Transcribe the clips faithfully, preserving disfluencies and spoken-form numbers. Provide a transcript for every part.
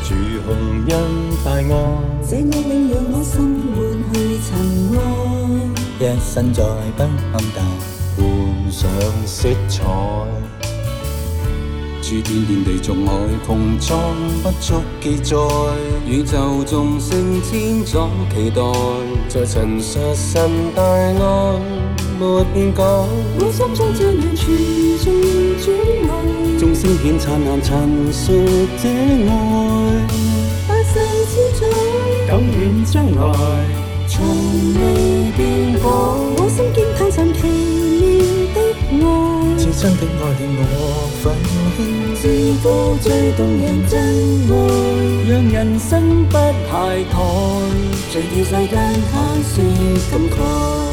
主洪恩大愛， 這愛令讓我心滿去塵埃， 一生再不暗淡，換上色彩。諸天遍地眾海穹蒼不足記載，宇宙眾星千載期待，在陳述神大愛沒變改。 我心中這樣傳頌主愛， 眾星顯燦爛陳述這愛， 百世千載， 久遠將來從未變改。我心驚嘆神奇妙的愛， 至真的愛令我奮興， 至高最動人真愛， 讓人生不懈怠， 垂釣世間嘆息感慨。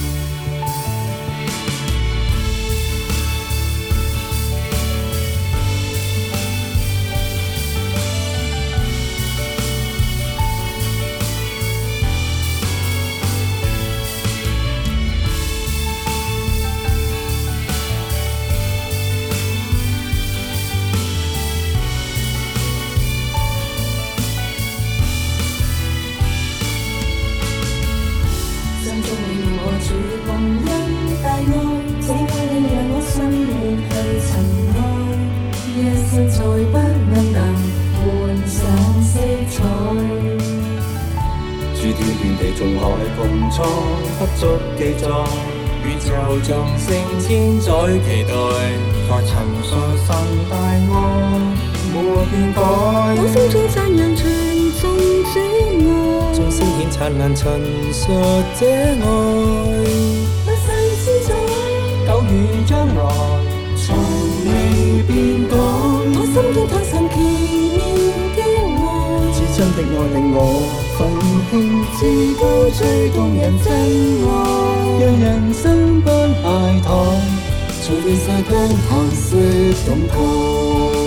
主洪恩大愛，這愛令讓我心滿去塵埃，一生再不暗淡，換上色彩。 諸天遍地眾海穹蒼不足記載，宇宙眾星千載期待，在陳述神大愛沒變改。 我心中讚揚傳頌主愛， 眾星顯燦爛陳述這愛， 百世千載， 久遠將來從未變改。 我心驚嘆神奇妙的愛， 至真的愛令我奮興， 至高最動人真愛， 讓人生不懈怠， 隨地世間嘆息感慨。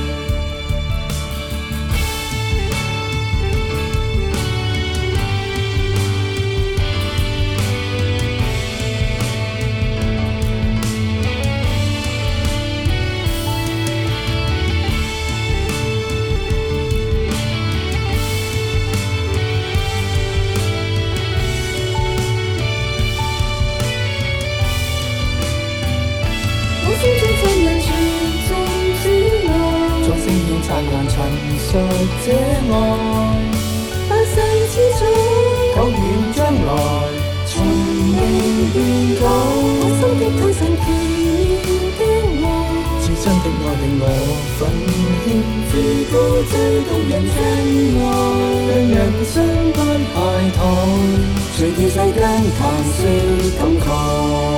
心中讚揚傳頌主愛， 眾星顯燦爛陳述這愛， 百世千載， 久遠將來從未變改。 我心驚嘆神奇妙的愛， 至真的愛令我奮興， 至高最動人真愛， 讓人生不懈怠， 隨釣世間嘆息感慨。